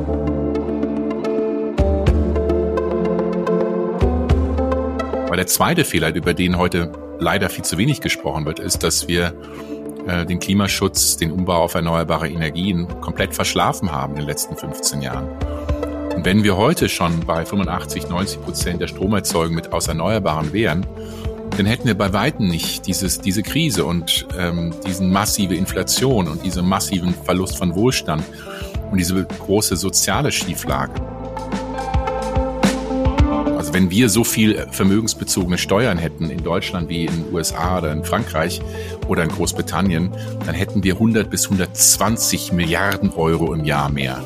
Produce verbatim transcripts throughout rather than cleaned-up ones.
Weil der zweite Fehler, über den heute leider viel zu wenig gesprochen wird, ist, dass wir äh, den Klimaschutz, den Umbau auf erneuerbare Energien komplett verschlafen haben in den letzten fünfzehn Jahren. Und wenn wir heute schon bei fünfundachtzig, neunzig Prozent der Stromerzeugung mit aus Erneuerbaren wären, dann hätten wir bei Weitem nicht dieses, diese Krise und ähm, diesen massive Inflation und diesen massiven Verlust von Wohlstand und diese große soziale Schieflage. Also wenn wir so viel vermögensbezogene Steuern hätten in Deutschland wie in den U S A oder in Frankreich oder in Großbritannien, dann hätten wir hundert bis hundertzwanzig Milliarden Euro im Jahr mehr.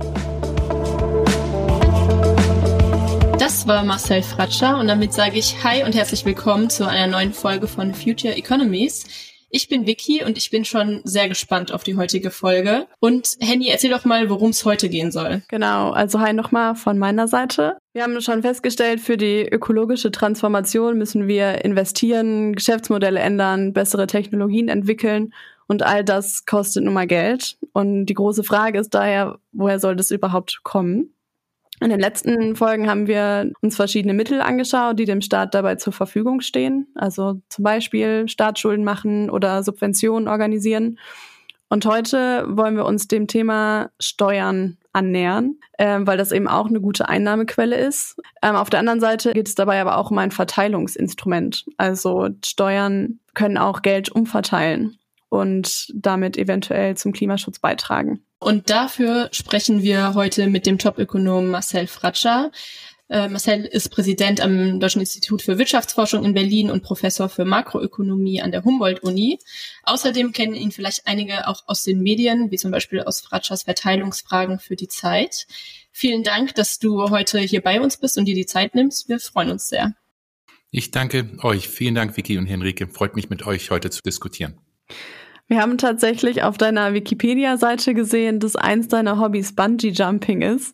Das war Marcel Fratscher und damit sage ich Hi und herzlich willkommen zu einer neuen Folge von Future Economies. Ich bin Vicky und ich bin schon sehr gespannt auf die heutige Folge. Und Henny, erzähl doch mal, worum es heute gehen soll. Genau, also hi nochmal von meiner Seite. Wir haben schon festgestellt, für die ökologische Transformation müssen wir investieren, Geschäftsmodelle ändern, bessere Technologien entwickeln und all das kostet nun mal Geld. Und die große Frage ist daher, woher soll das überhaupt kommen? In den letzten Folgen haben wir uns verschiedene Mittel angeschaut, die dem Staat dabei zur Verfügung stehen. Also zum Beispiel Staatsschulden machen oder Subventionen organisieren. Und heute wollen wir uns dem Thema Steuern annähern, äh, weil das eben auch eine gute Einnahmequelle ist. Ähm, auf der anderen Seite geht es dabei aber auch um ein Verteilungsinstrument. Also Steuern können auch Geld umverteilen und damit eventuell zum Klimaschutz beitragen. Und dafür sprechen wir heute mit dem Top-Ökonom Marcel Fratscher. Äh, Marcel ist Präsident am Deutschen Institut für Wirtschaftsforschung in Berlin und Professor für Makroökonomie an der Humboldt-Uni. Außerdem kennen ihn vielleicht einige auch aus den Medien, wie zum Beispiel aus Fratschers Verteilungsfragen für die Zeit. Vielen Dank, dass du heute hier bei uns bist und dir die Zeit nimmst. Wir freuen uns sehr. Ich danke euch. Vielen Dank, Vicky und Henrike. Freut mich, mit euch heute zu diskutieren. Wir haben tatsächlich auf deiner Wikipedia-Seite gesehen, dass eins deiner Hobbys Bungee-Jumping ist.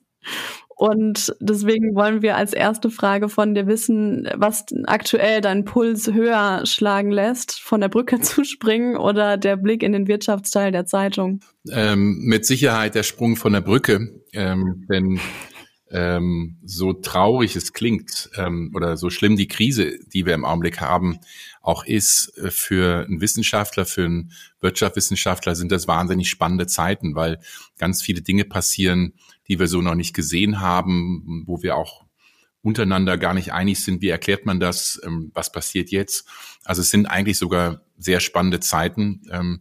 Und deswegen wollen wir als erste Frage von dir wissen, was aktuell deinen Puls höher schlagen lässt, von der Brücke zu springen oder der Blick in den Wirtschaftsteil der Zeitung? Ähm, mit Sicherheit der Sprung von der Brücke, ähm, denn ähm, so traurig es klingt ähm, oder so schlimm die Krise, die wir im Augenblick haben, auch ist, für einen Wissenschaftler, für einen Wirtschaftswissenschaftler sind das wahnsinnig spannende Zeiten, weil ganz viele Dinge passieren, die wir so noch nicht gesehen haben, wo wir auch untereinander gar nicht einig sind. Wie erklärt man das? Was passiert jetzt? Also es sind eigentlich sogar sehr spannende Zeiten.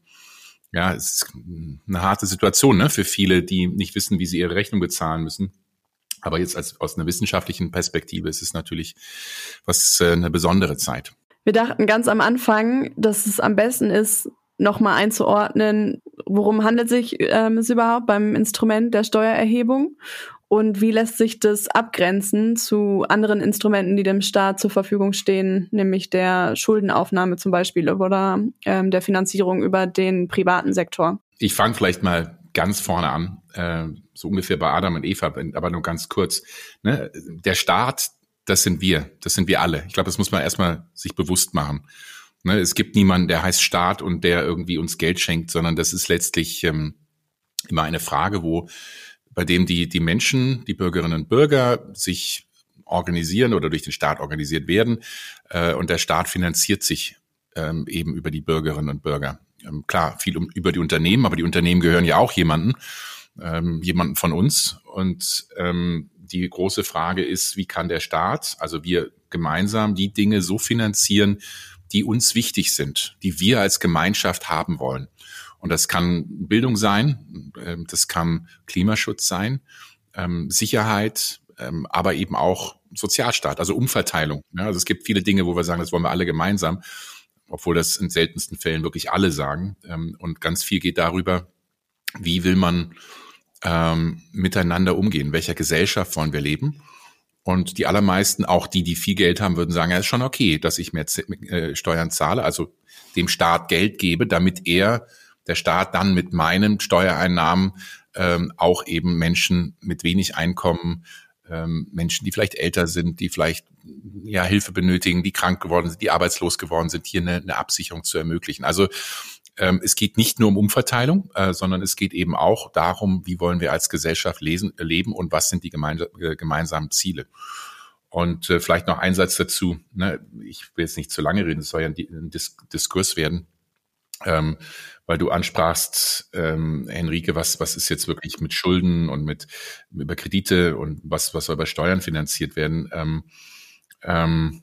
Ja, es ist eine harte Situation, ne, für viele, die nicht wissen, wie sie ihre Rechnung bezahlen müssen. Aber jetzt als, aus einer wissenschaftlichen Perspektive ist es natürlich was, eine besondere Zeit. Wir dachten ganz am Anfang, dass es am besten ist, nochmal einzuordnen, worum handelt sich ähm, es überhaupt beim Instrument der Steuererhebung und wie lässt sich das abgrenzen zu anderen Instrumenten, die dem Staat zur Verfügung stehen, nämlich der Schuldenaufnahme zum Beispiel oder ähm, der Finanzierung über den privaten Sektor. Ich fange vielleicht mal ganz vorne an, äh, so ungefähr bei Adam und Eva, aber nur ganz kurz. Ne? Der Staat, das sind wir, das sind wir alle. Ich glaube, das muss man erstmal sich bewusst machen. Ne? Es gibt niemanden, der heißt Staat und der irgendwie uns Geld schenkt, sondern das ist letztlich ähm, immer eine Frage, wo bei dem die die Menschen, die Bürgerinnen und Bürger sich organisieren oder durch den Staat organisiert werden äh, und der Staat finanziert sich ähm, eben über die Bürgerinnen und Bürger. Ähm, klar, viel um, über die Unternehmen, aber die Unternehmen gehören ja auch jemanden, ähm, jemanden von uns und ähm, die große Frage ist, wie kann der Staat, also wir gemeinsam, die Dinge so finanzieren, die uns wichtig sind, die wir als Gemeinschaft haben wollen. Und das kann Bildung sein, das kann Klimaschutz sein, Sicherheit, aber eben auch Sozialstaat, also Umverteilung. Also es gibt viele Dinge, wo wir sagen, das wollen wir alle gemeinsam, obwohl das in seltensten Fällen wirklich alle sagen. Und ganz viel geht darüber, wie will man ähm, miteinander umgehen, in welcher Gesellschaft wollen wir leben. Und die allermeisten, auch die, die viel Geld haben, würden sagen, ja, ist schon okay, dass ich mehr äh, Steuern zahle, also dem Staat Geld gebe, damit er, der Staat dann mit meinen Steuereinnahmen ähm, auch eben Menschen mit wenig Einkommen, ähm, Menschen, die vielleicht älter sind, die vielleicht ja Hilfe benötigen, die krank geworden sind, die arbeitslos geworden sind, hier eine, eine Absicherung zu ermöglichen. Also ähm, es geht nicht nur um Umverteilung, äh, sondern es geht eben auch darum, wie wollen wir als Gesellschaft lesen, äh, leben und was sind die gemeins- äh, gemeinsamen Ziele. Und äh, vielleicht noch ein Satz dazu, ne? Ich will jetzt nicht zu lange reden, es soll ja ein, ein Dis- Diskurs werden, ähm, weil du ansprachst, ähm, Henrike, was was ist jetzt wirklich mit Schulden und mit über Kredite und was was soll bei Steuern finanziert werden? Ähm, ähm,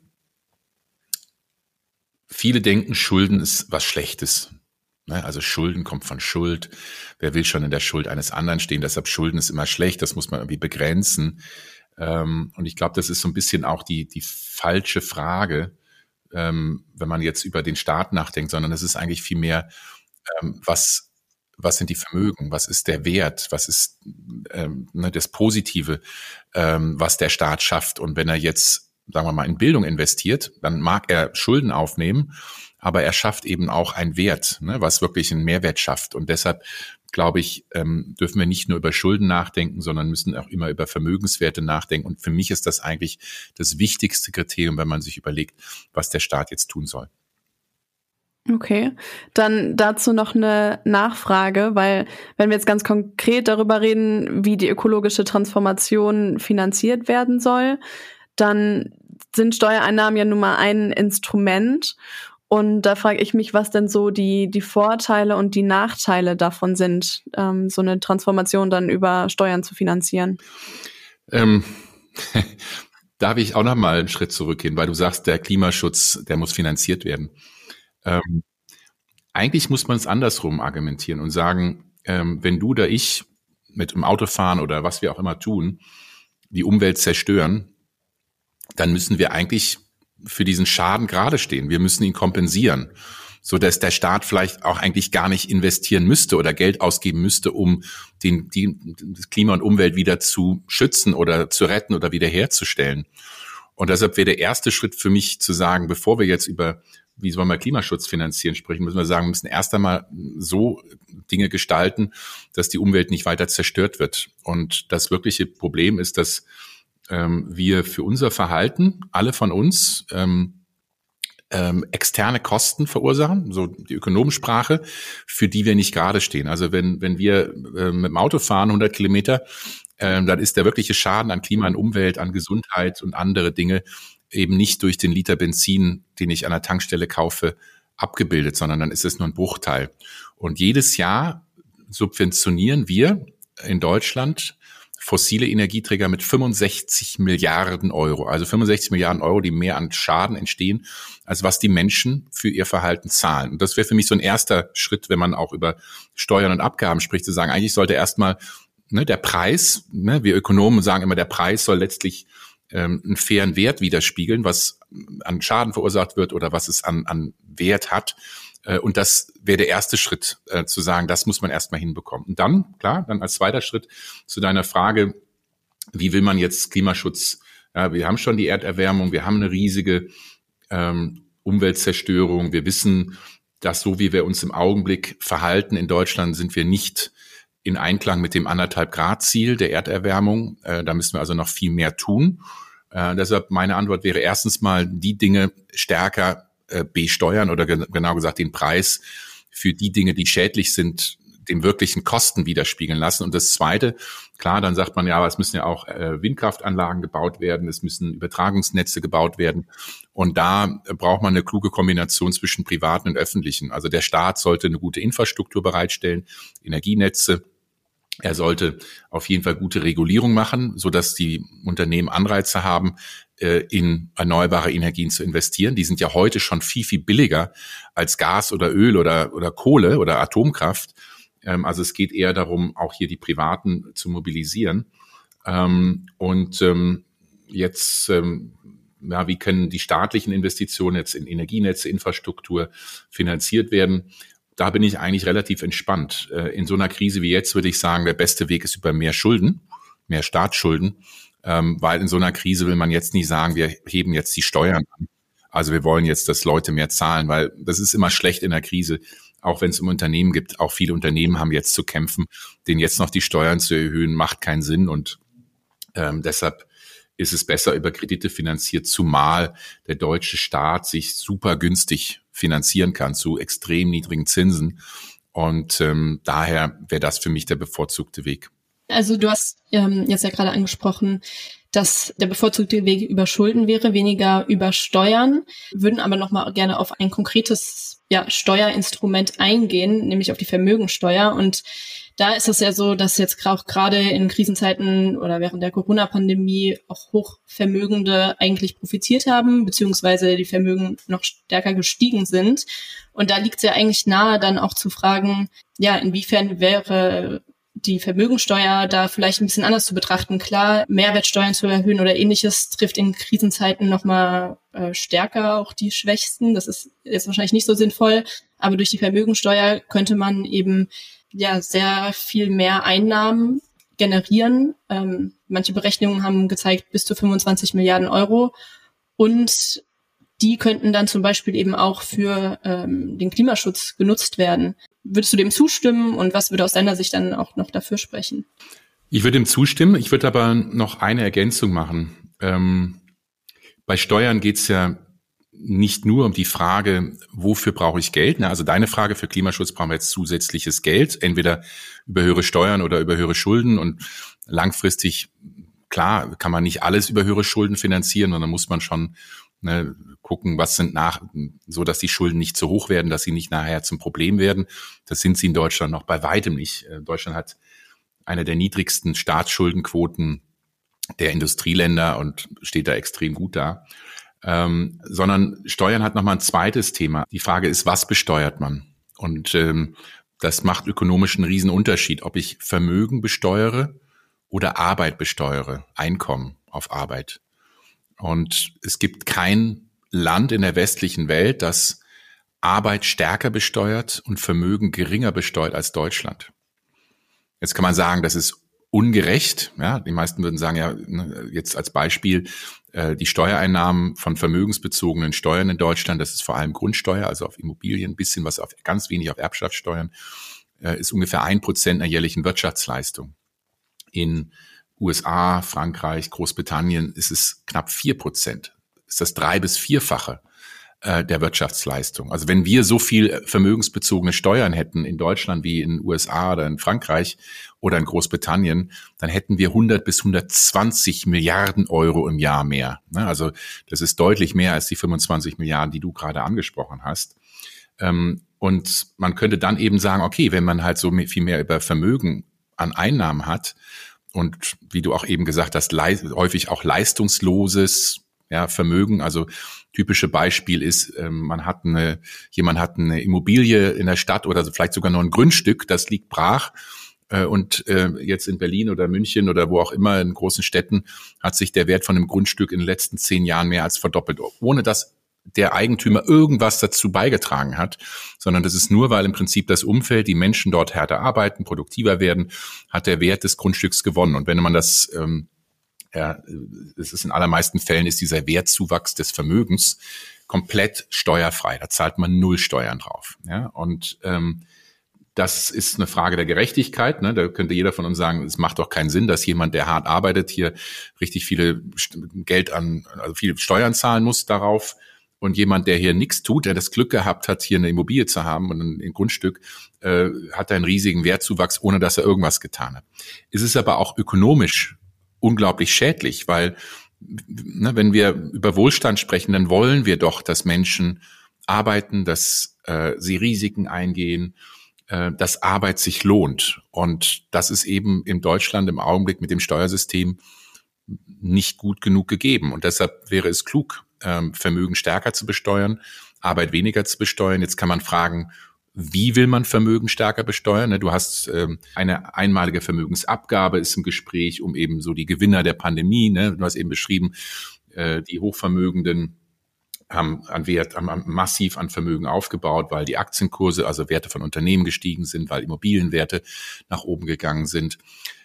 viele denken, Schulden ist was Schlechtes. Ne? Also Schulden kommt von Schuld. Wer will schon in der Schuld eines anderen stehen? Deshalb Schulden ist immer schlecht. Das muss man irgendwie begrenzen. Ähm, und ich glaube, das ist so ein bisschen auch die die falsche Frage, ähm, wenn man jetzt über den Staat nachdenkt, sondern es ist eigentlich viel mehr, ähm, was was sind die Vermögen, was ist der Wert, was ist ähm, ne, das Positive, ähm, was der Staat schafft. Und wenn er jetzt, sagen wir mal, in Bildung investiert, dann mag er Schulden aufnehmen, aber er schafft eben auch einen Wert, ne, was wirklich einen Mehrwert schafft. Und deshalb glaube ich, ähm, dürfen wir nicht nur über Schulden nachdenken, sondern müssen auch immer über Vermögenswerte nachdenken. Und für mich ist das eigentlich das wichtigste Kriterium, wenn man sich überlegt, was der Staat jetzt tun soll. Okay, dann dazu noch eine Nachfrage, weil wenn wir jetzt ganz konkret darüber reden, wie die ökologische Transformation finanziert werden soll, dann sind Steuereinnahmen ja nun mal ein Instrument. Und da frage ich mich, was denn so die die Vorteile und die Nachteile davon sind, ähm, so eine Transformation dann über Steuern zu finanzieren. Ähm, da will ich auch noch mal einen Schritt zurückgehen, weil du sagst, der Klimaschutz, der muss finanziert werden. Ähm, eigentlich muss man es andersrum argumentieren und sagen, ähm, wenn du oder ich mit dem Auto fahren oder was wir auch immer tun, die Umwelt zerstören, dann müssen wir eigentlich für diesen Schaden gerade stehen. Wir müssen ihn kompensieren, so dass der Staat vielleicht auch eigentlich gar nicht investieren müsste oder Geld ausgeben müsste, um den, die, das Klima und Umwelt wieder zu schützen oder zu retten oder wiederherzustellen. Und deshalb wäre der erste Schritt für mich zu sagen, bevor wir jetzt über wie sollen wir Klimaschutz finanzieren sprechen, müssen wir sagen, wir müssen erst einmal so Dinge gestalten, dass die Umwelt nicht weiter zerstört wird. Und das wirkliche Problem ist, dass ähm, wir für unser Verhalten, alle von uns, ähm, ähm, externe Kosten verursachen, so die Ökonomensprache, für die wir nicht gerade stehen. Also wenn wenn wir äh, mit dem Auto fahren, hundert Kilometer, äh, dann ist der wirkliche Schaden an Klima, an Umwelt, an Gesundheit und andere Dinge eben nicht durch den Liter Benzin, den ich an der Tankstelle kaufe, abgebildet, sondern dann ist es nur ein Bruchteil. Und jedes Jahr subventionieren wir in Deutschland fossile Energieträger mit fünfundsechzig Milliarden Euro. Also fünfundsechzig Milliarden Euro, die mehr an Schaden entstehen, als was die Menschen für ihr Verhalten zahlen. Und das wäre für mich so ein erster Schritt, wenn man auch über Steuern und Abgaben spricht, zu sagen, eigentlich sollte erstmal ne, der Preis, ne, wir Ökonomen sagen immer, der Preis soll letztlich einen fairen Wert widerspiegeln, was an Schaden verursacht wird oder was es an, an Wert hat. Und das wäre der erste Schritt, äh, zu sagen, das muss man erstmal hinbekommen. Und dann, klar, dann als zweiter Schritt zu deiner Frage, wie will man jetzt Klimaschutz, ja, wir haben schon die Erderwärmung, wir haben eine riesige ähm, Umweltzerstörung, wir wissen, dass so wie wir uns im Augenblick verhalten in Deutschland, sind wir nicht in Einklang mit dem anderthalb Grad Ziel der Erderwärmung. Äh, da müssen wir also noch viel mehr tun. Äh, deshalb meine Antwort wäre erstens mal, die Dinge stärker äh, besteuern oder gen- genau gesagt den Preis für die Dinge, die schädlich sind, dem wirklichen Kosten widerspiegeln lassen. Und das Zweite, klar, dann sagt man ja, aber es müssen ja auch äh, Windkraftanlagen gebaut werden, es müssen Übertragungsnetze gebaut werden. Und da äh, braucht man eine kluge Kombination zwischen privaten und öffentlichen. Also der Staat sollte eine gute Infrastruktur bereitstellen, Energienetze. Er sollte auf jeden Fall gute Regulierung machen, so dass die Unternehmen Anreize haben, in erneuerbare Energien zu investieren. Die sind ja heute schon viel, viel billiger als Gas oder Öl oder, oder Kohle oder Atomkraft. Also es geht eher darum, auch hier die Privaten zu mobilisieren. Und jetzt, ja, wie können die staatlichen Investitionen jetzt in Energienetze, Infrastruktur finanziert werden? Da bin ich eigentlich relativ entspannt. In so einer Krise wie jetzt würde ich sagen, der beste Weg ist über mehr Schulden, mehr Staatsschulden, weil in so einer Krise will man jetzt nicht sagen, wir heben jetzt die Steuern an. Also wir wollen jetzt, dass Leute mehr zahlen, weil das ist immer schlecht in der Krise, auch wenn es um Unternehmen gibt. Auch viele Unternehmen haben jetzt zu kämpfen, denen jetzt noch die Steuern zu erhöhen, macht keinen Sinn. Und ähm, deshalb ist es besser über Kredite finanziert, zumal der deutsche Staat sich super günstig finanzieren kann zu extrem niedrigen Zinsen. Und ähm, daher wäre das für mich der bevorzugte Weg. Also du hast ähm, jetzt ja gerade angesprochen, dass der bevorzugte Weg über Schulden wäre, weniger über Steuern, würden aber nochmal gerne auf ein konkretes ja, Steuerinstrument eingehen, nämlich auf die Vermögensteuer. Und da ist es ja so, dass jetzt auch gerade in Krisenzeiten oder während der Corona-Pandemie auch Hochvermögende eigentlich profitiert haben, beziehungsweise die Vermögen noch stärker gestiegen sind. Und da liegt es ja eigentlich nahe, dann auch zu fragen, ja, inwiefern wäre die Vermögensteuer da vielleicht ein bisschen anders zu betrachten. Klar, Mehrwertsteuern zu erhöhen oder ähnliches trifft in Krisenzeiten nochmal äh, stärker auch die Schwächsten. Das ist jetzt wahrscheinlich nicht so sinnvoll, aber durch die Vermögensteuer könnte man eben ja sehr viel mehr Einnahmen generieren. Ähm, manche Berechnungen haben gezeigt, bis zu fünfundzwanzig Milliarden Euro. Und die könnten dann zum Beispiel eben auch für ähm, den Klimaschutz genutzt werden. Würdest du dem zustimmen und was würde aus deiner Sicht dann auch noch dafür sprechen? Ich würde dem zustimmen. Ich würde aber noch eine Ergänzung machen. Ähm, bei Steuern geht es ja nicht nur um die Frage, wofür brauche ich Geld? Na, also deine Frage, für Klimaschutz brauchen wir jetzt zusätzliches Geld, entweder über höhere Steuern oder über höhere Schulden. Und langfristig, klar, kann man nicht alles über höhere Schulden finanzieren, sondern muss man schon ne, gucken, was sind nach, so dass die Schulden nicht zu hoch werden, dass sie nicht nachher zum Problem werden. Das sind sie in Deutschland noch bei weitem nicht. Deutschland hat eine der niedrigsten Staatsschuldenquoten der Industrieländer und steht da extrem gut da. Ähm, sondern Steuern hat nochmal ein zweites Thema. Die Frage ist, was besteuert man? Und ähm, das macht ökonomisch einen riesen Unterschied, ob ich Vermögen besteuere oder Arbeit besteuere, Einkommen auf Arbeit. Und es gibt kein Land in der westlichen Welt, das Arbeit stärker besteuert und Vermögen geringer besteuert als Deutschland. Jetzt kann man sagen, das ist ungerecht. Ja, die meisten würden sagen, ja, jetzt als Beispiel, äh, die Steuereinnahmen von vermögensbezogenen Steuern in Deutschland, das ist vor allem Grundsteuer, also auf Immobilien, ein bisschen was auf, ganz wenig auf Erbschaftssteuern, äh, ist ungefähr ein Prozent einer jährlichen Wirtschaftsleistung. In U S A, Frankreich, Großbritannien ist es knapp vier Prozent. Ist das drei- bis vierfache äh, der Wirtschaftsleistung. Also wenn wir so viel vermögensbezogene Steuern hätten in Deutschland wie in U S A oder in Frankreich oder in Großbritannien, dann hätten wir hundert bis hundertzwanzig Milliarden Euro im Jahr mehr. Also das ist deutlich mehr als die fünfundzwanzig Milliarden, die du gerade angesprochen hast. Und man könnte dann eben sagen, okay, wenn man halt so viel mehr über Vermögen an Einnahmen hat und wie du auch eben gesagt hast, häufig auch leistungsloses ja, Vermögen, also typische Beispiel ist, man hat eine, jemand hat eine Immobilie in der Stadt oder vielleicht sogar noch ein Grundstück, das liegt brach. Und jetzt in Berlin oder München oder wo auch immer in großen Städten hat sich der Wert von einem Grundstück in den letzten zehn Jahren mehr als verdoppelt, ohne dass der Eigentümer irgendwas dazu beigetragen hat, sondern das ist nur, weil im Prinzip das Umfeld, die Menschen dort härter arbeiten, produktiver werden, hat der Wert des Grundstücks gewonnen. Und wenn man das, ähm, ja, es ist in allermeisten Fällen ist dieser Wertzuwachs des Vermögens komplett steuerfrei. Da zahlt man null Steuern drauf. Ja, und ähm, das ist eine Frage der Gerechtigkeit. Ne? Da könnte jeder von uns sagen, es macht doch keinen Sinn, dass jemand, der hart arbeitet, hier richtig viele Geld an, also viele Steuern zahlen muss darauf. Und jemand, der hier nichts tut, der das Glück gehabt hat, hier eine Immobilie zu haben und ein, ein Grundstück, äh, hat einen riesigen Wertzuwachs, ohne dass er irgendwas getan hat. Es ist aber auch ökonomisch unglaublich schädlich, weil ne, wenn wir über Wohlstand sprechen, dann wollen wir doch, dass Menschen arbeiten, dass äh, sie Risiken eingehen, äh, dass Arbeit sich lohnt. Und das ist eben in Deutschland im Augenblick mit dem Steuersystem nicht gut genug gegeben. Und deshalb wäre es klug, Vermögen stärker zu besteuern, Arbeit weniger zu besteuern. Jetzt kann man fragen, wie will man Vermögen stärker besteuern? Du hast eine einmalige Vermögensabgabe ist im Gespräch, um eben so die Gewinner der Pandemie, du hast eben beschrieben, die Hochvermögenden haben an Wert, haben massiv an Vermögen aufgebaut, weil die Aktienkurse, also Werte von Unternehmen gestiegen sind, weil Immobilienwerte nach oben gegangen sind.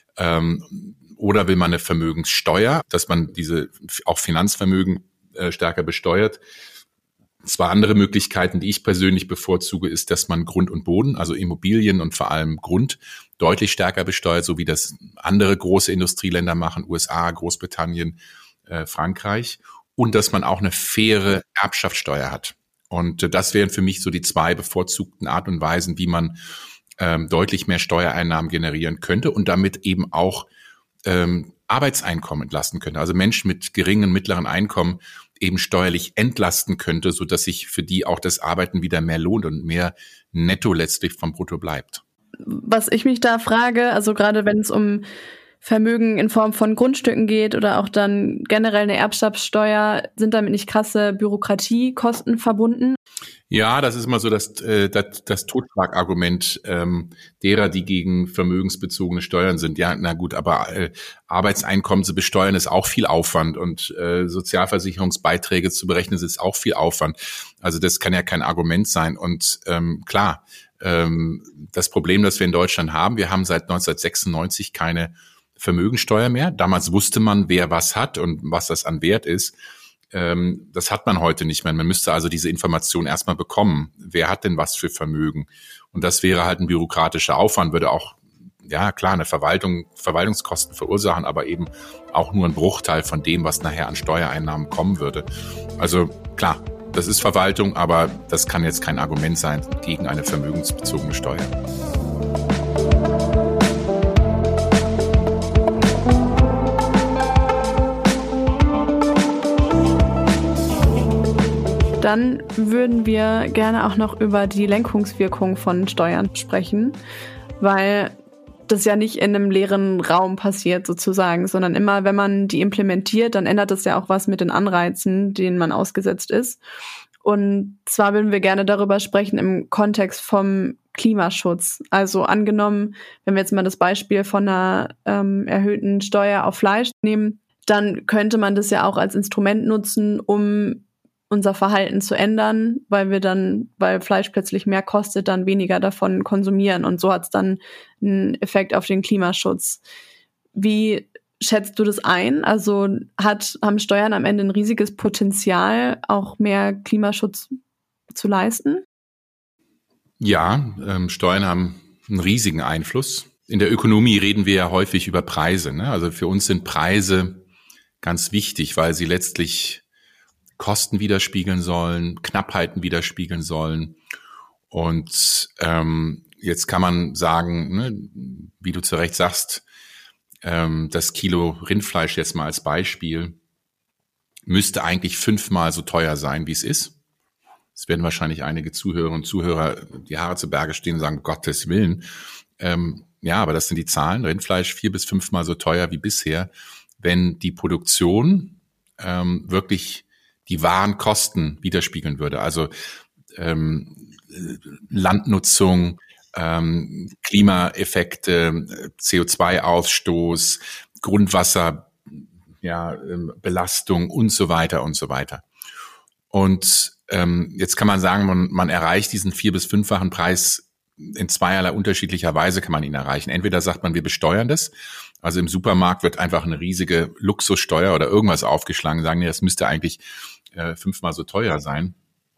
Oder will man eine Vermögenssteuer, dass man diese auch Finanzvermögen stärker besteuert. Zwei andere Möglichkeiten, die ich persönlich bevorzuge, ist, dass man Grund und Boden, also Immobilien und vor allem Grund, deutlich stärker besteuert, so wie das andere große Industrieländer machen, U S A, Großbritannien, äh, Frankreich, und dass man auch eine faire Erbschaftssteuer hat. Und äh, das wären für mich so die zwei bevorzugten Art und Weisen, wie man ähm, deutlich mehr Steuereinnahmen generieren könnte und damit eben auch ähm, Arbeitseinkommen entlasten könnte. Also Menschen mit geringen, mittleren Einkommen eben steuerlich entlasten könnte, so dass sich für die auch das Arbeiten wieder mehr lohnt und mehr netto letztlich vom Brutto bleibt. Was ich mich da frage, also gerade wenn es um Vermögen in Form von Grundstücken geht oder auch dann generell eine Erbschaftssteuer, sind damit nicht krasse Bürokratiekosten verbunden? Ja, das ist immer so das, äh, das, das Totschlagargument ähm, derer, die gegen vermögensbezogene Steuern sind. Ja, na gut, aber äh, Arbeitseinkommen zu besteuern ist auch viel Aufwand und äh, Sozialversicherungsbeiträge zu berechnen ist auch viel Aufwand. Also das kann ja kein Argument sein. Und ähm, klar, ähm, das Problem, das wir in Deutschland haben, wir haben seit neunzehnhundertsechsundneunzig keine Vermögensteuer mehr. Damals wusste man, wer was hat und was das an Wert ist. Ähm, das hat man heute nicht mehr. Man müsste also diese Information erstmal bekommen. Wer hat denn was für Vermögen? Und das wäre halt ein bürokratischer Aufwand, würde auch, ja klar, eine Verwaltung, Verwaltungskosten verursachen, aber eben auch nur ein Bruchteil von dem, was nachher an Steuereinnahmen kommen würde. Also klar, das ist Verwaltung, aber das kann jetzt kein Argument sein gegen eine vermögensbezogene Steuer. Dann würden wir gerne auch noch über die Lenkungswirkung von Steuern sprechen, weil das ja nicht in einem leeren Raum passiert sozusagen, sondern immer, wenn man die implementiert, dann ändert das ja auch was mit den Anreizen, denen man ausgesetzt ist. Und zwar würden wir gerne darüber sprechen im Kontext vom Klimaschutz. Also angenommen, wenn wir jetzt mal das Beispiel von einer ähm, erhöhten Steuer auf Fleisch nehmen, dann könnte man das ja auch als Instrument nutzen, um unser Verhalten zu ändern, weil wir dann, weil Fleisch plötzlich mehr kostet, dann weniger davon konsumieren. Und so hat es dann einen Effekt auf den Klimaschutz. Wie schätzt du das ein? Also hat, haben Steuern am Ende ein riesiges Potenzial, auch mehr Klimaschutz zu leisten? Ja, ähm, Steuern haben einen riesigen Einfluss. In der Ökonomie reden wir ja häufig über Preise, ne? Also für uns sind Preise ganz wichtig, weil sie letztlich Kosten widerspiegeln sollen, Knappheiten widerspiegeln sollen. Und ähm, jetzt kann man sagen, ne, wie du zu Recht sagst, ähm, das Kilo Rindfleisch jetzt mal als Beispiel müsste eigentlich fünfmal so teuer sein, wie es ist. Es werden wahrscheinlich einige Zuhörerinnen und Zuhörer die Haare zu Berge stehen und sagen, Gottes Willen. Ähm, ja, aber das sind die Zahlen. Rindfleisch vier bis fünfmal so teuer wie bisher. Wenn die Produktion ähm, wirklich die wahren Kosten widerspiegeln würde. Also ähm, Landnutzung, ähm, Klimaeffekte, C O zwei Ausstoß, Grundwasser, ja, ähm, Belastung und so weiter und so weiter. Und ähm, jetzt kann man sagen, man, man erreicht diesen vier- bis fünffachen Preis in zweierlei unterschiedlicher Weise kann man ihn erreichen. Entweder sagt man, wir besteuern das. Also im Supermarkt wird einfach eine riesige Luxussteuer oder irgendwas aufgeschlagen, sagen, nee, das müsste eigentlich äh, fünfmal so teuer sein.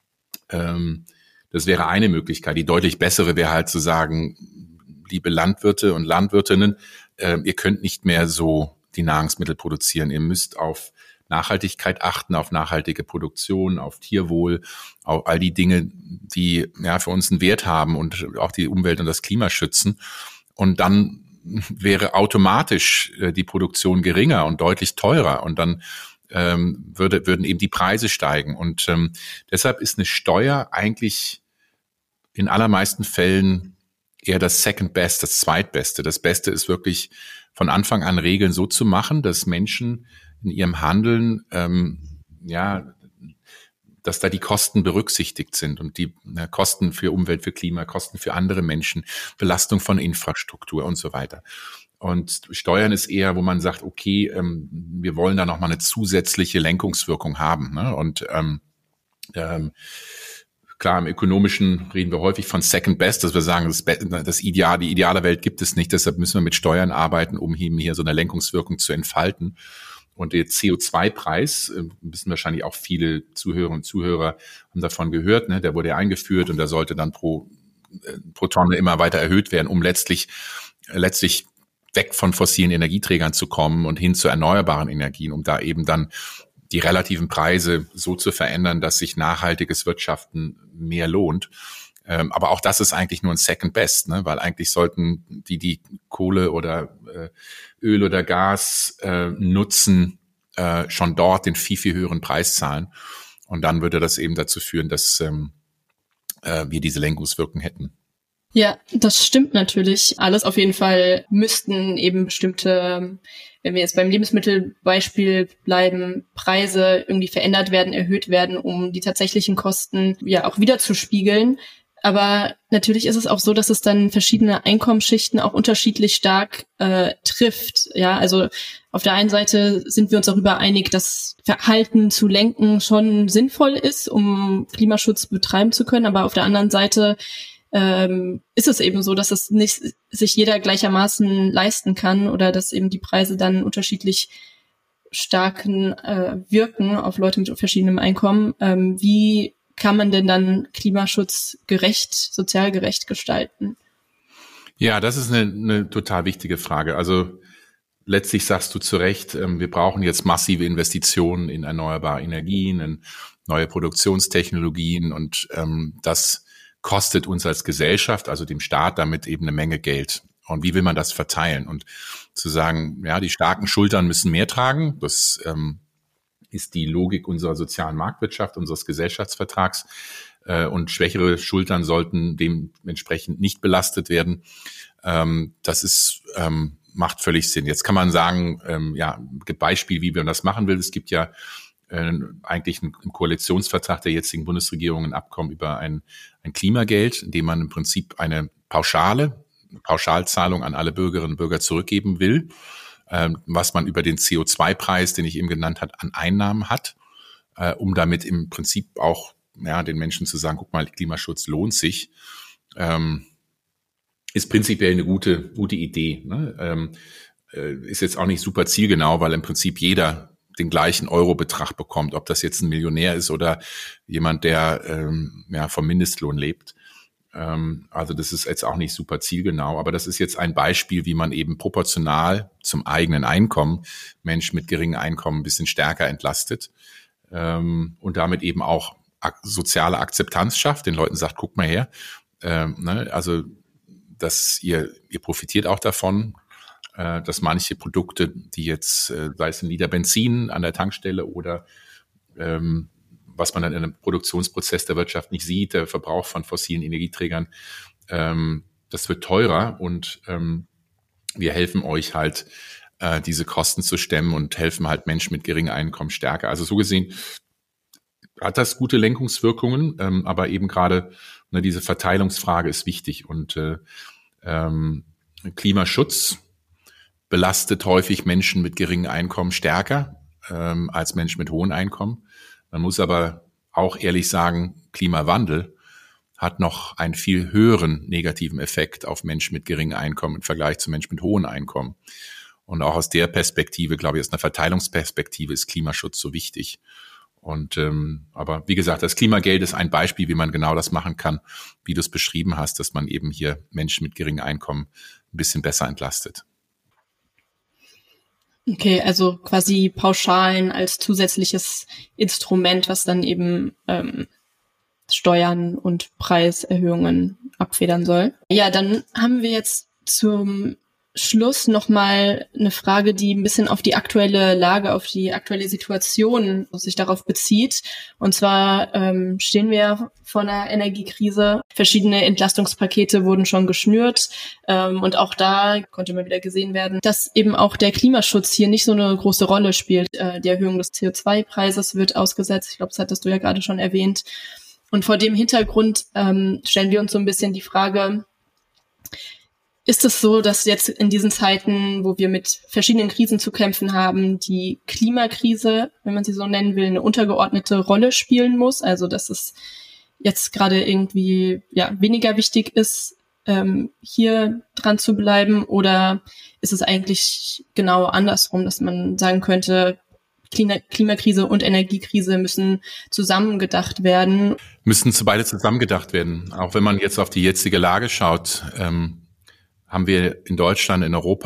Ähm, das wäre eine Möglichkeit. Die deutlich bessere wäre halt zu sagen, liebe Landwirte und Landwirtinnen, äh, ihr könnt nicht mehr so die Nahrungsmittel produzieren. Ihr müsst auf Nachhaltigkeit achten, auf nachhaltige Produktion, auf Tierwohl, auf all die Dinge, die ja für uns einen Wert haben und auch die Umwelt und das Klima schützen. Und dann wäre automatisch äh, die Produktion geringer und deutlich teurer und dann ähm, würde, würden eben die Preise steigen. Und ähm, deshalb ist eine Steuer eigentlich in allermeisten Fällen eher das Second Best, das Zweitbeste. Das Beste ist wirklich von Anfang an Regeln so zu machen, dass Menschen in ihrem Handeln, ähm, ja, dass da die Kosten berücksichtigt sind und die na, Kosten für Umwelt, für Klima, Kosten für andere Menschen, Belastung von Infrastruktur und so weiter. Und Steuern ist eher, wo man sagt, okay, ähm, wir wollen da nochmal eine zusätzliche Lenkungswirkung haben. Ne? Und ähm, ähm, klar, im Ökonomischen reden wir häufig von Second Best, dass wir sagen, das, das Ideal, die ideale Welt gibt es nicht, deshalb müssen wir mit Steuern arbeiten, um hier so eine Lenkungswirkung zu entfalten. Und der C O zwei Preis, wissen wahrscheinlich auch viele Zuhörerinnen und Zuhörer, haben davon gehört, ne? Der wurde ja eingeführt und der sollte dann pro, pro Tonne immer weiter erhöht werden, um letztlich, letztlich weg von fossilen Energieträgern zu kommen und hin zu erneuerbaren Energien, um da eben dann die relativen Preise so zu verändern, dass sich nachhaltiges Wirtschaften mehr lohnt. Ähm, aber auch das ist eigentlich nur ein Second Best, ne? Weil eigentlich sollten die, die Kohle oder äh, Öl oder Gas äh, nutzen, äh, schon dort den viel, viel höheren Preis zahlen. Und dann würde das eben dazu führen, dass ähm, äh, wir diese Lenkungswirkung hätten. Ja, das stimmt natürlich. Alles auf jeden Fall müssten eben bestimmte, wenn wir jetzt beim Lebensmittelbeispiel bleiben, Preise irgendwie verändert werden, erhöht werden, um die tatsächlichen Kosten ja auch wieder zu spiegeln. Aber natürlich ist es auch so, dass es dann verschiedene Einkommensschichten auch unterschiedlich stark äh, trifft. Ja, also auf der einen Seite sind wir uns darüber einig, dass Verhalten zu lenken schon sinnvoll ist, um Klimaschutz betreiben zu können. Aber auf der anderen Seite ähm, ist es eben so, dass es nicht sich jeder gleichermaßen leisten kann oder dass eben die Preise dann unterschiedlich starken äh, wirken auf Leute mit verschiedenem Einkommen. Ähm, wie kann man denn dann Klimaschutz gerecht, sozial gerecht gestalten? Ja, das ist eine, eine total wichtige Frage. Also letztlich sagst du zu Recht, ähm, wir brauchen jetzt massive Investitionen in erneuerbare Energien, in neue Produktionstechnologien und ähm, das kostet uns als Gesellschaft, also dem Staat, damit eben eine Menge Geld. Und wie will man das verteilen? Und zu sagen, ja, die starken Schultern müssen mehr tragen, das ähm, ist die Logik unserer sozialen Marktwirtschaft, unseres Gesellschaftsvertrags. Äh, und schwächere Schultern sollten dementsprechend nicht belastet werden. Ähm, das ist ähm, macht völlig Sinn. Jetzt kann man sagen, ähm, ja, gibt Beispiel, wie man das machen will. Es gibt ja äh, eigentlich im Koalitionsvertrag der jetzigen Bundesregierung ein Abkommen über ein, ein Klimageld, in dem man im Prinzip eine Pauschale, eine Pauschalzahlung an alle Bürgerinnen und Bürger zurückgeben will, ähm, was man über den C O zwei Preis, den ich eben genannt habe, an Einnahmen hat, äh, um damit im Prinzip auch ja, den Menschen zu sagen, guck mal, Klimaschutz lohnt sich. Ähm, ist prinzipiell eine gute, gute Idee. Ne? Ähm, äh, ist jetzt auch nicht super zielgenau, weil im Prinzip jeder den gleichen Eurobetrag bekommt, ob das jetzt ein Millionär ist oder jemand, der ähm, ja, vom Mindestlohn lebt. Ähm, also das ist jetzt auch nicht super zielgenau, aber das ist jetzt ein Beispiel, wie man eben proportional zum eigenen Einkommen Menschen mit geringem Einkommen ein bisschen stärker entlastet ähm, und damit eben auch ak- soziale Akzeptanz schafft, den Leuten sagt, guck mal her, ähm, ne, also dass ihr, ihr profitiert auch davon, äh, dass manche Produkte, die jetzt, äh, sei es ein Liter Benzin an der Tankstelle oder ähm, was man dann in einem Produktionsprozess der Wirtschaft nicht sieht, der Verbrauch von fossilen Energieträgern, ähm, das wird teurer und ähm, wir helfen euch halt, äh, diese Kosten zu stemmen und helfen halt Menschen mit geringem Einkommen stärker. Also so gesehen hat das gute Lenkungswirkungen, ähm, aber eben gerade ne, diese Verteilungsfrage ist wichtig und äh, ähm, Klimaschutz belastet häufig Menschen mit geringem Einkommen stärker ähm, als Menschen mit hohem Einkommen. Man muss aber auch ehrlich sagen, Klimawandel hat noch einen viel höheren negativen Effekt auf Menschen mit geringem Einkommen im Vergleich zu Menschen mit hohem Einkommen. Und auch aus der Perspektive, glaube ich, aus einer Verteilungsperspektive ist Klimaschutz so wichtig. Und ähm, aber wie gesagt, das Klimageld ist ein Beispiel, wie man genau das machen kann, wie du es beschrieben hast, dass man eben hier Menschen mit geringem Einkommen ein bisschen besser entlastet. Okay, also quasi Pauschalen als zusätzliches Instrument, was dann eben ähm, Steuern und Preiserhöhungen abfedern soll. Ja, dann haben wir jetzt zum Schluss nochmal eine Frage, die ein bisschen auf die aktuelle Lage, auf die aktuelle Situation sich darauf bezieht. Und zwar ähm, stehen wir vor einer Energiekrise. Verschiedene Entlastungspakete wurden schon geschnürt. Ähm, und auch da konnte mal wieder gesehen werden, dass eben auch der Klimaschutz hier nicht so eine große Rolle spielt. Äh, die Erhöhung des C O zwei Preises wird ausgesetzt. Ich glaube, das hattest du ja gerade schon erwähnt. Und vor dem Hintergrund ähm, stellen wir uns so ein bisschen die Frage, ist es so, dass jetzt in diesen Zeiten, wo wir mit verschiedenen Krisen zu kämpfen haben, die Klimakrise, wenn man sie so nennen will, eine untergeordnete Rolle spielen muss? Also dass es jetzt gerade irgendwie ja weniger wichtig ist, ähm, hier dran zu bleiben? Oder ist es eigentlich genau andersrum, dass man sagen könnte, Klima- Klimakrise und Energiekrise müssen zusammengedacht werden? Müssen beide zusammengedacht werden. Auch wenn man jetzt auf die jetzige Lage schaut, ähm haben wir in Deutschland, in Europa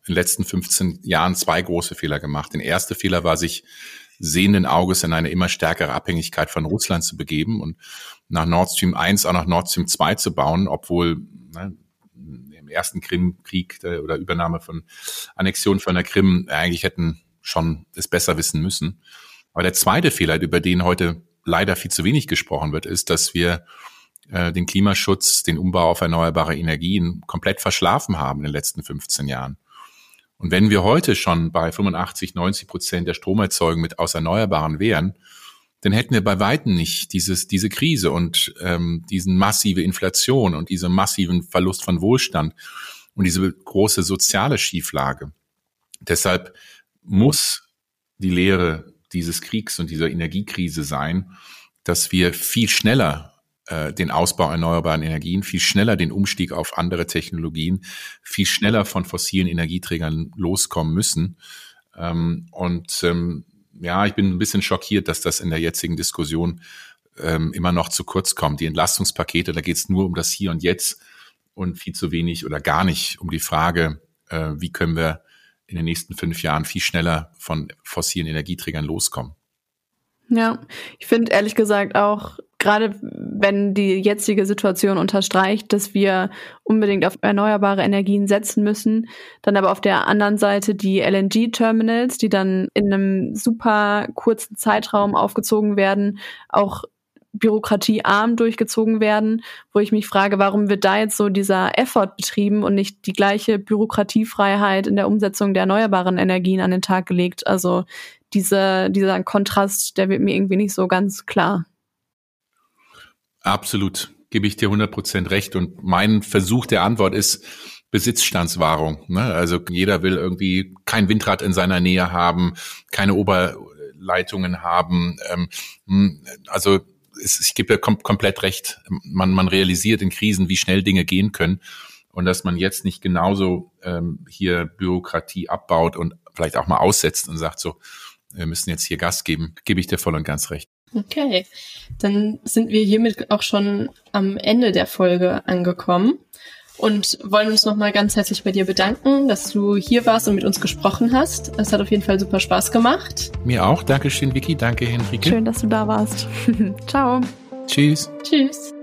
in den letzten fünfzehn Jahren zwei große Fehler gemacht. Der erste Fehler war, sich sehenden Auges in eine immer stärkere Abhängigkeit von Russland zu begeben und nach Nord Stream eins auch nach Nord Stream zwei zu bauen, obwohl ne, im ersten Krimkrieg oder Übernahme von Annexion von der Krim eigentlich hätten schon es besser wissen müssen. Aber der zweite Fehler, über den heute leider viel zu wenig gesprochen wird, ist, dass wir äh, den Klimaschutz, den Umbau auf erneuerbare Energien komplett verschlafen haben in den letzten fünfzehn Jahren. Und wenn wir heute schon bei fünfundachtzig, neunzig Prozent der Stromerzeugung mit aus Erneuerbaren wären, dann hätten wir bei Weitem nicht dieses, diese Krise und ähm, diesen massive Inflation und diesen massiven Verlust von Wohlstand und diese große soziale Schieflage. Deshalb muss die Lehre dieses Kriegs und dieser Energiekrise sein, dass wir viel schneller äh, den Ausbau erneuerbaren Energien, viel schneller den Umstieg auf andere Technologien, viel schneller von fossilen Energieträgern loskommen müssen. Ähm, und ähm, ja, ich bin ein bisschen schockiert, dass das in der jetzigen Diskussion ähm, immer noch zu kurz kommt. Die Entlastungspakete, da geht es nur um das Hier und Jetzt und viel zu wenig oder gar nicht um die Frage, äh, wie können wir in den nächsten fünf Jahren viel schneller von fossilen Energieträgern loskommen. Ja, ich finde ehrlich gesagt auch, gerade wenn die jetzige Situation unterstreicht, dass wir unbedingt auf erneuerbare Energien setzen müssen, dann aber auf der anderen Seite die L N G-Terminals, die dann in einem super kurzen Zeitraum aufgezogen werden, auch bürokratiearm durchgezogen werden, wo ich mich frage, warum wird da jetzt so dieser Effort betrieben und nicht die gleiche Bürokratiefreiheit in der Umsetzung der erneuerbaren Energien an den Tag gelegt? Also diese, dieser Kontrast, der wird mir irgendwie nicht so ganz klar. Absolut, gebe ich dir hundert Prozent recht. Und mein Versuch der Antwort ist Besitzstandswahrung. Ne? Also jeder will irgendwie kein Windrad in seiner Nähe haben, keine Oberleitungen haben. Ähm, also ich gebe dir kom- komplett recht. Man, man realisiert in Krisen, wie schnell Dinge gehen können und dass man jetzt nicht genauso ähm, hier Bürokratie abbaut und vielleicht auch mal aussetzt und sagt so, wir müssen jetzt hier Gas geben, gebe ich dir voll und ganz recht. Okay, dann sind wir hiermit auch schon am Ende der Folge angekommen und wollen uns nochmal ganz herzlich bei dir bedanken, dass du hier warst und mit uns gesprochen hast. Es hat auf jeden Fall super Spaß gemacht. Mir auch. Dankeschön, Vicky. Danke, Henrike. Schön, dass du da warst. Ciao. Tschüss. Tschüss.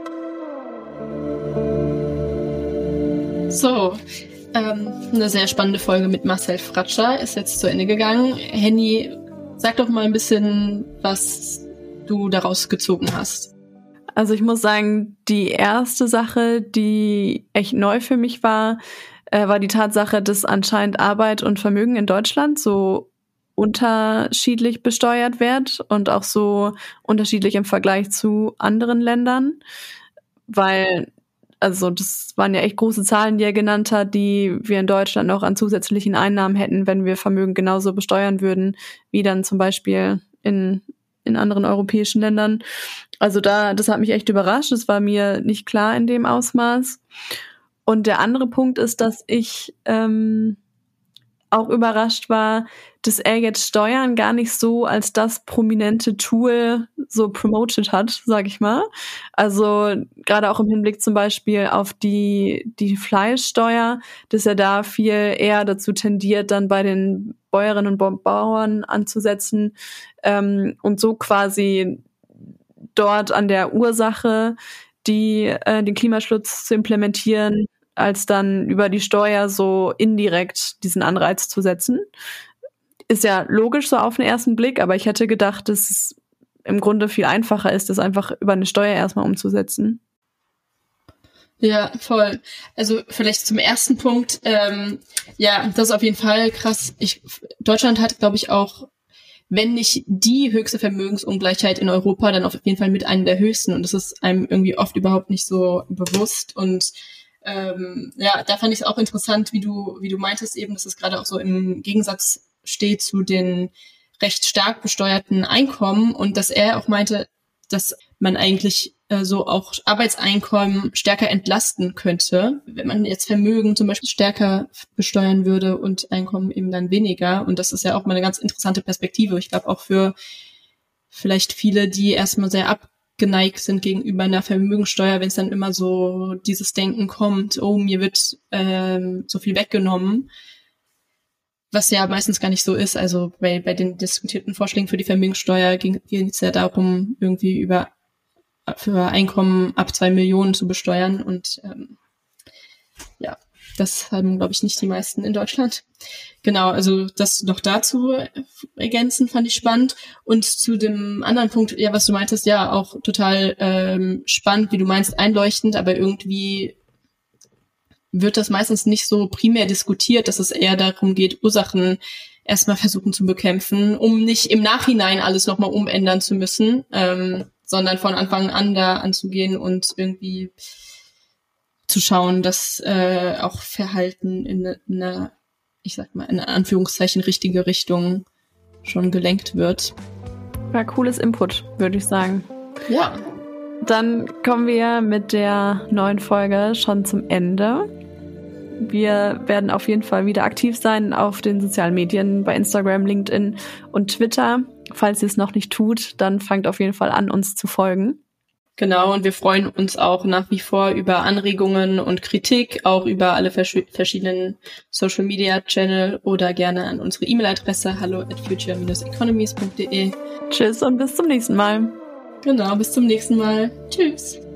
So, ähm, eine sehr spannende Folge mit Marcel Fratscher ist jetzt zu Ende gegangen. Henny, sag doch mal ein bisschen, was du daraus gezogen hast. Also ich muss sagen, die erste Sache, die echt neu für mich war, äh, war die Tatsache, dass anscheinend Arbeit und Vermögen in Deutschland so unterschiedlich besteuert wird und auch so unterschiedlich im Vergleich zu anderen Ländern, weil also das waren ja echt große Zahlen, die er genannt hat, die wir in Deutschland noch an zusätzlichen Einnahmen hätten, wenn wir Vermögen genauso besteuern würden, wie dann zum Beispiel in in anderen europäischen Ländern. Also da, das hat mich echt überrascht. Das war mir nicht klar in dem Ausmaß. Und der andere Punkt ist, dass ich ähm, auch überrascht war, dass er jetzt Steuern gar nicht so als das prominente Tool so promoted hat, sag ich mal. Also gerade auch im Hinblick zum Beispiel auf die die Fleischsteuer, dass er da viel eher dazu tendiert, dann bei den Bäuerinnen und Bauern anzusetzen ähm, und so quasi dort an der Ursache die äh, den Klimaschutz zu implementieren, als dann über die Steuer so indirekt diesen Anreiz zu setzen. Ist ja logisch so auf den ersten Blick, aber ich hätte gedacht, dass es im Grunde viel einfacher ist, das einfach über eine Steuer erstmal umzusetzen. Ja, voll. Also vielleicht zum ersten Punkt, ähm, ja, das ist auf jeden Fall krass. Ich, Deutschland hat, glaube ich, auch, wenn nicht die höchste Vermögensungleichheit in Europa, dann auf jeden Fall mit einer der höchsten. Und das ist einem irgendwie oft überhaupt nicht so bewusst. Und ähm, ja, da fand ich es auch interessant, wie du, wie du meintest eben, dass es gerade auch so im Gegensatz steht zu den recht stark besteuerten Einkommen und dass er auch meinte, dass man eigentlich äh, so auch Arbeitseinkommen stärker entlasten könnte, wenn man jetzt Vermögen zum Beispiel stärker besteuern würde und Einkommen eben dann weniger. Und das ist ja auch mal eine ganz interessante Perspektive. Ich glaube auch für vielleicht viele, die erstmal sehr abgeneigt sind gegenüber einer Vermögensteuer, wenn es dann immer so dieses Denken kommt, oh, mir wird ähm, so viel weggenommen. was ja meistens gar nicht so ist. Also bei, bei den diskutierten Vorschlägen für die Vermögenssteuer ging es ja darum, irgendwie über für Einkommen ab zwei Millionen zu besteuern. Und ähm, ja, das haben, glaube ich, nicht die meisten in Deutschland. Genau, also das noch dazu ergänzen fand ich spannend. Und zu dem anderen Punkt, ja, was du meintest, ja, auch total ähm, spannend, wie du meinst, einleuchtend, aber irgendwie wird das meistens nicht so primär diskutiert, dass es eher darum geht, Ursachen erstmal versuchen zu bekämpfen, um nicht im Nachhinein alles nochmal umändern zu müssen, ähm, sondern von Anfang an da anzugehen und irgendwie zu schauen, dass äh, auch Verhalten in einer, ich sag mal, in Anführungszeichen richtige Richtung schon gelenkt wird. War cooles Input, würde ich sagen. Ja. Dann kommen wir mit der neuen Folge schon zum Ende. Wir werden auf jeden Fall wieder aktiv sein auf den sozialen Medien, bei Instagram, LinkedIn und Twitter. Falls ihr es noch nicht tut, dann fangt auf jeden Fall an, uns zu folgen. Genau, und wir freuen uns auch nach wie vor über Anregungen und Kritik, auch über alle vers- verschiedenen Social-Media-Channel oder gerne an unsere E-Mail-Adresse hallo at future dash economies punkt de. Tschüss und bis zum nächsten Mal. Genau, bis zum nächsten Mal. Tschüss.